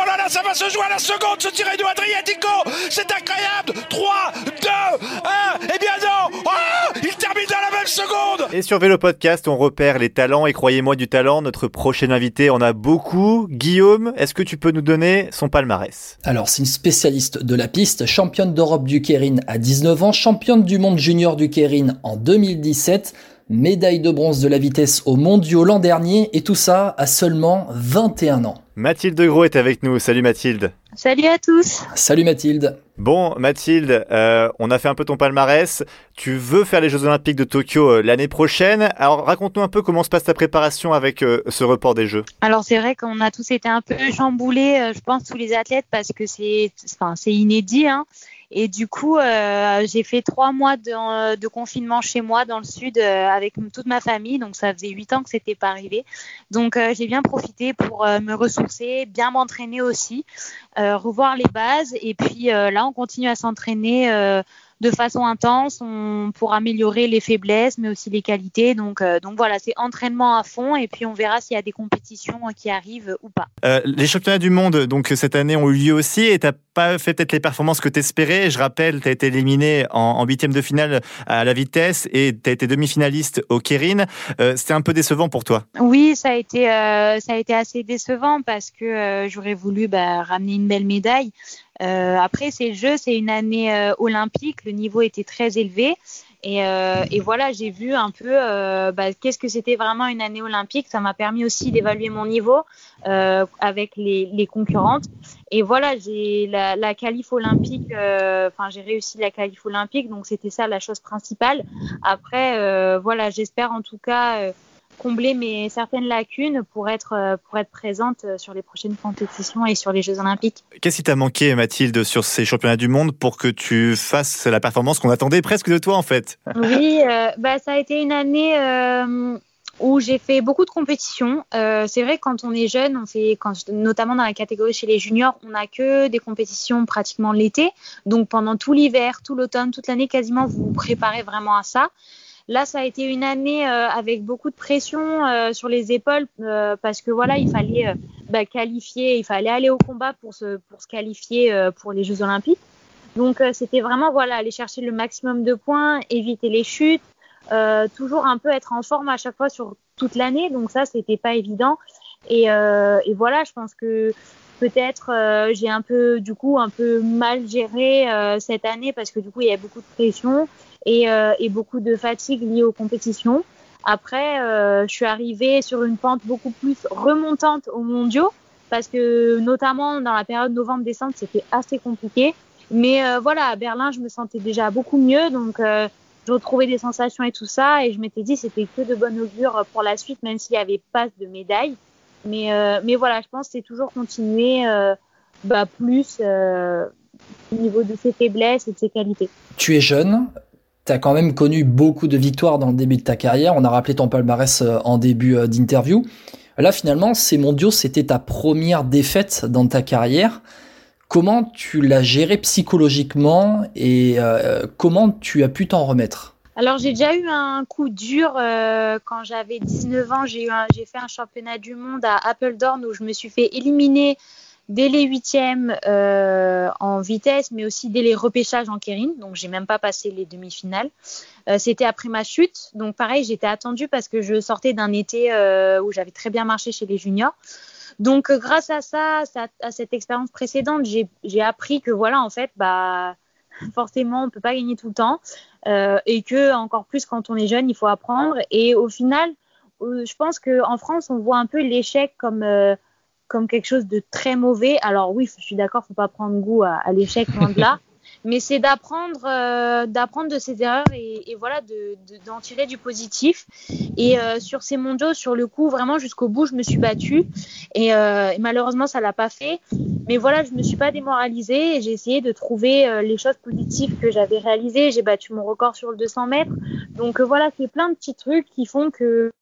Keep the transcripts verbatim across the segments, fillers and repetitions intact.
là là, ça va se jouer à la seconde, ce Tirreno Adriatico. C'est incroyable. trois, deux, un. Eh bien non. Oh, il termine dans la même seconde. Et sur Vélo Podcast, on repère les talents. Et croyez-moi, du talent, notre prochain invité en a beaucoup. Guillaume, est-ce que tu peux nous donner son palmarès ? Alors, c'est une spécialiste de la piste, championne d'Europe du keirin à dix-neuf ans, championne du monde junior du keirin en deux mille dix-sept, médaille de bronze de la vitesse aux mondiaux l'an dernier, et tout ça à seulement vingt et un ans. Mathilde Gros est avec nous. Salut Mathilde. Salut à tous. Salut Mathilde. Bon Mathilde, euh, on a fait un peu ton palmarès. Tu veux faire les Jeux Olympiques de Tokyo euh, l'année prochaine. Alors raconte-nous un peu comment se passe ta préparation avec euh, ce report des Jeux. Alors c'est vrai qu'on a tous été un peu chamboulés, euh, je pense tous les athlètes, parce que c'est, enfin c'est inédit, hein. Et du coup, euh, j'ai fait trois mois de, de confinement chez moi dans le sud euh, avec toute ma famille. Donc, ça faisait huit ans que c'était pas arrivé. Donc, euh, j'ai bien profité pour euh, me ressourcer, bien m'entraîner aussi, euh, revoir les bases. Et puis euh, là, on continue à s'entraîner euh, de façon intense on, pour améliorer les faiblesses, mais aussi les qualités. Donc, euh, donc voilà, c'est entraînement à fond. Et puis, on verra s'il y a des compétitions qui arrivent ou pas. Euh, les championnats du monde, donc cette année, ont eu lieu aussi. Et t'as pas fait peut-être les performances que t'espérais. Je rappelle, tu as été éliminé en huitième de finale à la vitesse et tu as été demi-finaliste au keirin. Euh, c'était un peu décevant pour toi. Oui, ça a été, euh, ça a été assez décevant parce que euh, j'aurais voulu bah, ramener une belle médaille. Euh, après, ces Jeux, c'est une année euh, olympique. Le niveau était très élevé. Et, euh, et voilà, j'ai vu un peu euh, bah, qu'est-ce que c'était vraiment une année olympique. Ça m'a permis aussi d'évaluer mon niveau euh, avec les, les concurrentes. Et voilà, j'ai la, la qualif olympique. Enfin, euh, j'ai réussi la qualif olympique, donc c'était ça la chose principale. Après, euh, voilà, j'espère en tout cas euh, combler mes certaines lacunes pour être pour être présente sur les prochaines compétitions et sur les Jeux Olympiques. Qu'est-ce qui t'a manqué, Mathilde, sur ces championnats du monde pour que tu fasses la performance qu'on attendait presque de toi, en fait ? Oui, euh, bah ça a été une année euh, où j'ai fait beaucoup de compétitions. Euh, c'est vrai que quand on est jeune, on fait, quand, notamment dans la catégorie chez les juniors, on n'a que des compétitions pratiquement l'été. Donc pendant tout l'hiver, tout l'automne, toute l'année, quasiment, vous vous préparez vraiment à ça. Là, ça a été une année euh, avec beaucoup de pression euh, sur les épaules euh, parce que voilà, il fallait euh, bah, qualifier, il fallait aller au combat pour se pour se qualifier euh, pour les Jeux Olympiques. Donc euh, c'était vraiment voilà, aller chercher le maximum de points, éviter les chutes, euh, toujours un peu être en forme à chaque fois sur toute l'année. Donc ça, c'était pas évident. Et, euh, et voilà, je pense que peut-être euh, j'ai un peu du coup un peu mal géré euh, cette année parce que du coup il y avait beaucoup de pression. Et, euh, et beaucoup de fatigue liée aux compétitions. Après, euh, je suis arrivée sur une pente beaucoup plus remontante aux mondiaux parce que notamment dans la période novembre-décembre, c'était assez compliqué. Mais euh, voilà, à Berlin, je me sentais déjà beaucoup mieux. Donc, euh, je retrouvais des sensations et tout ça. Et je m'étais dit c'était que de bon augure pour la suite, même s'il n'y avait pas de médaille. Mais, euh, mais voilà, je pense que c'est toujours continuer euh, bah, plus euh, au niveau de ses faiblesses et de ses qualités. Tu es jeune. Tu as quand même connu beaucoup de victoires dans le début de ta carrière. On a rappelé ton palmarès en début d'interview. Là, finalement, ces mondiaux, c'était ta première défaite dans ta carrière. Comment tu l'as géré psychologiquement et euh, comment tu as pu t'en remettre ? Alors, j'ai déjà eu un coup dur euh, quand j'avais dix-neuf ans. J'ai, eu un, j'ai fait un championnat du monde à Apeldoorn où je me suis fait éliminer dès les huitièmes euh, en vitesse, mais aussi dès les repêchages en keirin. Donc, j'ai même pas passé les demi-finales. Euh, c'était après ma chute. Donc, pareil, j'étais attendue parce que je sortais d'un été euh, où j'avais très bien marché chez les juniors. Donc, euh, grâce à ça, ça, à cette expérience précédente, j'ai, j'ai appris que voilà, en fait, bah, forcément, on peut pas gagner tout le temps euh, et que encore plus quand on est jeune, il faut apprendre. Et au final, euh, je pense que en France, on voit un peu l'échec comme euh, comme quelque chose de très mauvais. Alors oui, je suis d'accord, faut pas prendre goût à, à l'échec, loin de là. Mais c'est d'apprendre, euh, d'apprendre de ses erreurs et, et voilà, de, de, d'en tirer du positif. Et euh, sur ces mondiaux, sur le coup, vraiment jusqu'au bout, je me suis battue. Et, euh, et malheureusement, ça l'a pas fait. Mais voilà, je me suis pas démoralisée et j'ai essayé de trouver euh, les choses positives que j'avais réalisées. J'ai battu mon record sur le deux cents mètres. Donc euh, voilà, c'est plein de petits trucs qui font que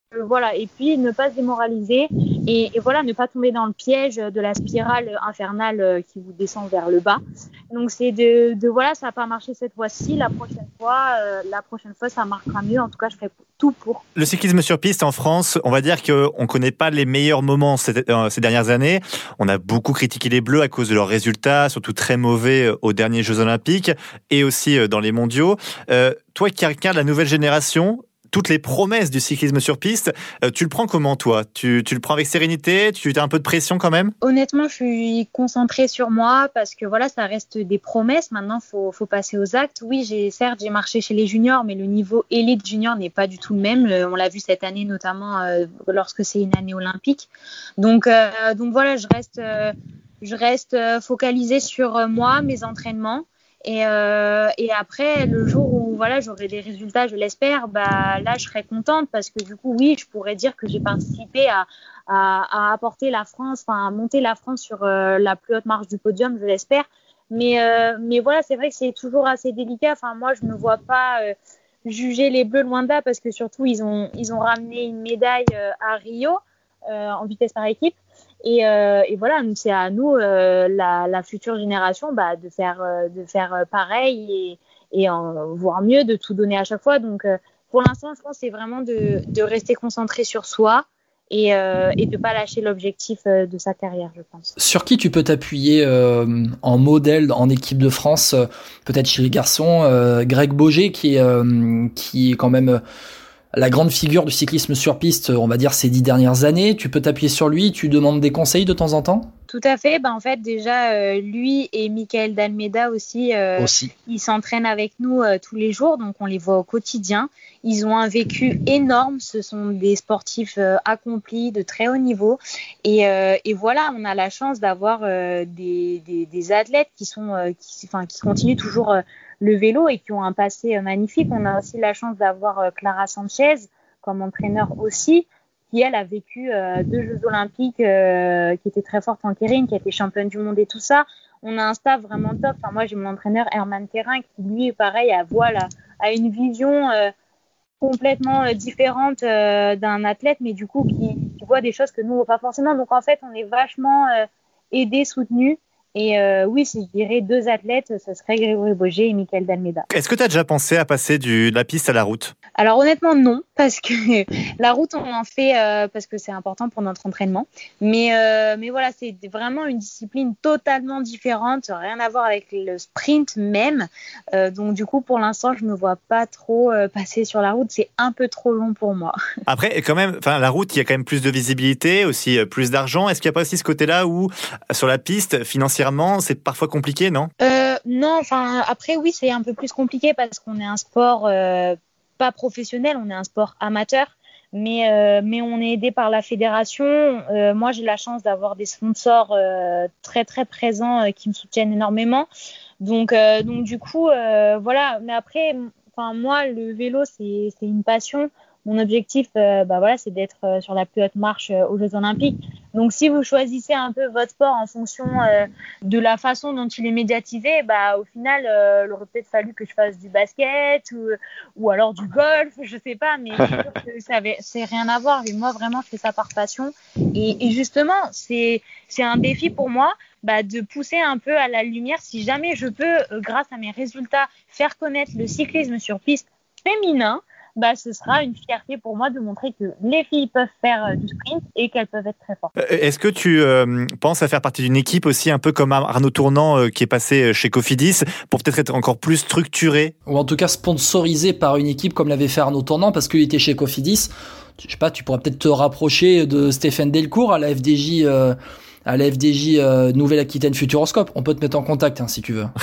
euh, voilà, et puis ne pas se démoraliser et, et voilà, ne pas tomber dans le piège de la spirale infernale euh, qui vous descend vers le bas. Donc c'est de, de voilà, ça n'a pas marché cette fois-ci, la prochaine fois, euh, la prochaine fois ça marchera mieux. En tout cas, je ferai tout pour. Le cyclisme sur piste en France, on va dire qu'on ne connaît pas les meilleurs moments ces, euh, ces dernières années. On a beaucoup critiqué les Bleus à cause de leurs résultats, surtout très mauvais aux derniers Jeux Olympiques et aussi dans les mondiaux. Euh, toi qui regardes la nouvelle génération, toutes les promesses du cyclisme sur piste, euh, tu le prends comment toi ? tu, tu le prends avec sérénité ? Tu as un peu de pression quand même ? Honnêtement, je suis concentrée sur moi parce que voilà, ça reste des promesses. Maintenant, faut faut passer aux actes. Oui, j'ai certes j'ai marché chez les juniors, mais le niveau élite junior n'est pas du tout le même. Euh, on l'a vu cette année notamment euh, lorsque c'est une année olympique. Donc euh, donc voilà, je reste euh, je reste euh, focalisée sur euh, moi, mes entraînements. Et, euh, et après, le jour où voilà, j'aurai des résultats, je l'espère, bah, là, je serai contente parce que du coup, oui, je pourrais dire que j'ai participé à, à, à apporter la France, enfin, à monter la France sur euh, la plus haute marche du podium, je l'espère. Mais, euh, mais voilà, c'est vrai que c'est toujours assez délicat. Enfin, moi, je ne me vois pas euh, juger les Bleus loin de là parce que surtout, ils ont, ils ont ramené une médaille euh, à Rio euh, en vitesse par équipe. Et, euh, et voilà, c'est à nous, euh, la, la future génération, bah, de faire, euh, de faire pareil et, et en, voire mieux, de tout donner à chaque fois. Donc, euh, pour l'instant, je pense que c'est vraiment de, de rester concentré sur soi et, euh, et de ne pas lâcher l'objectif euh, de sa carrière, je pense. Sur qui tu peux t'appuyer euh, en modèle en équipe de France, euh, peut-être chez les garçons, euh, Greg Boger, qui est, euh, qui est quand même... Euh, la grande figure du cyclisme sur piste, on va dire, ces dix dernières années. Tu peux t'appuyer sur lui, tu demandes des conseils de temps en temps ? Tout à fait. Ben, en fait, déjà, euh, lui et Michael D'Almeida aussi, euh, aussi. Ils s'entraînent avec nous euh, tous les jours, donc on les voit au quotidien. Ils ont un vécu énorme. Ce sont des sportifs euh, accomplis, de très haut niveau. Et, euh, et voilà, on a la chance d'avoir euh, des, des, des athlètes qui, sont, euh, qui, enfin, qui continuent toujours... Euh, le vélo et qui ont un passé magnifique. On a aussi la chance d'avoir Clara Sanchez comme entraîneur aussi, qui elle a vécu euh, deux Jeux Olympiques, euh, qui était très forte en keirin, qui a été championne du monde et tout ça. On a un staff vraiment top. Enfin, moi, j'ai mon entraîneur Herman Terrin qui lui, pareil, a, voilà, a une vision euh, complètement euh, différente euh, d'un athlète, mais du coup qui, qui voit des choses que nous on voit pas forcément. Donc en fait, on est vachement euh, aidés, soutenus. Et euh, oui, si je dirais deux athlètes, ce serait Grégory Boger et Michael D'Almeida. Est-ce que tu as déjà pensé à passer du, de la piste à la route ? Alors honnêtement, non, parce que la route, on en fait euh, parce que c'est important pour notre entraînement. Mais, euh, mais voilà, c'est vraiment une discipline totalement différente, rien à voir avec le sprint même. Euh, donc du coup, pour l'instant, je ne me vois pas trop euh, passer sur la route. C'est un peu trop long pour moi. Après, quand même, enfin, la route, il y a quand même plus de visibilité, aussi plus d'argent. Est-ce qu'il n'y a pas aussi ce côté-là où, sur la piste, financièrement, c'est parfois compliqué, non ? euh, Non, enfin après oui, c'est un peu plus compliqué parce qu'on est un sport euh, pas professionnel, on est un sport amateur, mais euh, mais on est aidé par la fédération. Euh, moi, j'ai la chance d'avoir des sponsors euh, très très présents euh, qui me soutiennent énormément. Donc euh, donc du coup euh, voilà. Mais après, enfin moi, le vélo c'est c'est une passion. Mon objectif, euh, bah voilà, c'est d'être euh, sur la plus haute marche euh, aux Jeux Olympiques. Donc, si vous choisissez un peu votre sport en fonction euh, de la façon dont il est médiatisé, bah au final, euh, il aurait peut-être fallu que je fasse du basket ou, ou alors du golf, je sais pas, mais c'est sûr que ça avait, c'est rien à voir. Mais moi, vraiment, je fais ça par passion. Et, et justement, c'est c'est un défi pour moi. Bah, de pousser un peu à la lumière, si jamais je peux, euh, grâce à mes résultats, faire connaître le cyclisme sur piste féminin. Bah, ce sera une fierté pour moi de montrer que les filles peuvent faire du sprint et qu'elles peuvent être très fortes. Est-ce que tu euh, penses à faire partie d'une équipe aussi un peu comme Arnaud Tournant euh, qui est passé chez Cofidis pour peut-être être encore plus structuré ? Ou en tout cas sponsorisé par une équipe comme l'avait fait Arnaud Tournant parce qu'il était chez Cofidis. Je sais pas, tu pourrais peut-être te rapprocher de Stéphane Delcourt à la F D J... Euh... à la F D J euh, Nouvelle-Aquitaine Futuroscope. On peut te mettre en contact hein, si tu veux.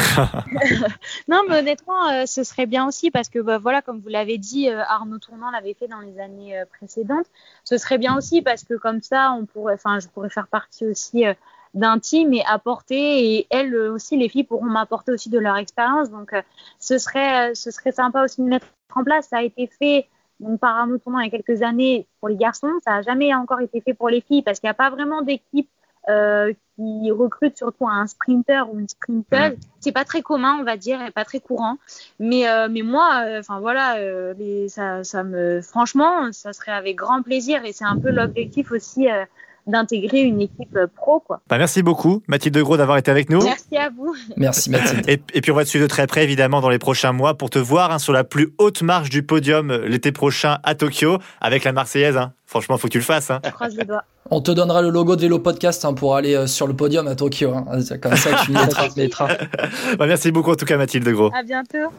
Non, mais honnêtement, euh, ce serait bien aussi parce que bah, voilà, comme vous l'avez dit, euh, Arnaud Tournant l'avait fait dans les années euh, précédentes. Ce serait bien aussi parce que comme ça, on pourrait, enfin, je pourrais faire partie aussi euh, d'un team et apporter. Et elles aussi, les filles pourront m'apporter aussi de leur expérience. Donc, euh, ce serait, euh, ce serait sympa aussi de mettre en place. Ça a été fait. Donc, par Arnaud Tournant il y a quelques années pour les garçons. Ça n'a jamais encore été fait pour les filles parce qu'il n'y a pas vraiment d'équipe euh, qui recrutent surtout un sprinter ou une sprinteuse. C'est pas très commun, on va dire, et pas très courant. Mais euh, mais moi, enfin euh, voilà, euh, les, ça ça me franchement, ça serait avec grand plaisir et c'est un peu l'objectif aussi. Euh, d'intégrer une équipe pro, quoi. Bah, merci beaucoup, Mathilde Gros, d'avoir été avec nous. Merci à vous. Merci, Mathilde. Et, et puis, on va te suivre de très près, évidemment, dans les prochains mois pour te voir hein, sur la plus haute marche du podium l'été prochain à Tokyo avec la Marseillaise. Hein. Franchement, il faut que tu le fasses. Hein. Je croise les doigts. On te donnera le logo de Vélo Podcast hein, pour aller euh, sur le podium à Tokyo. Hein. Comme ça, tu le mettras. Bah, merci beaucoup, en tout cas, Mathilde Gros. À bientôt.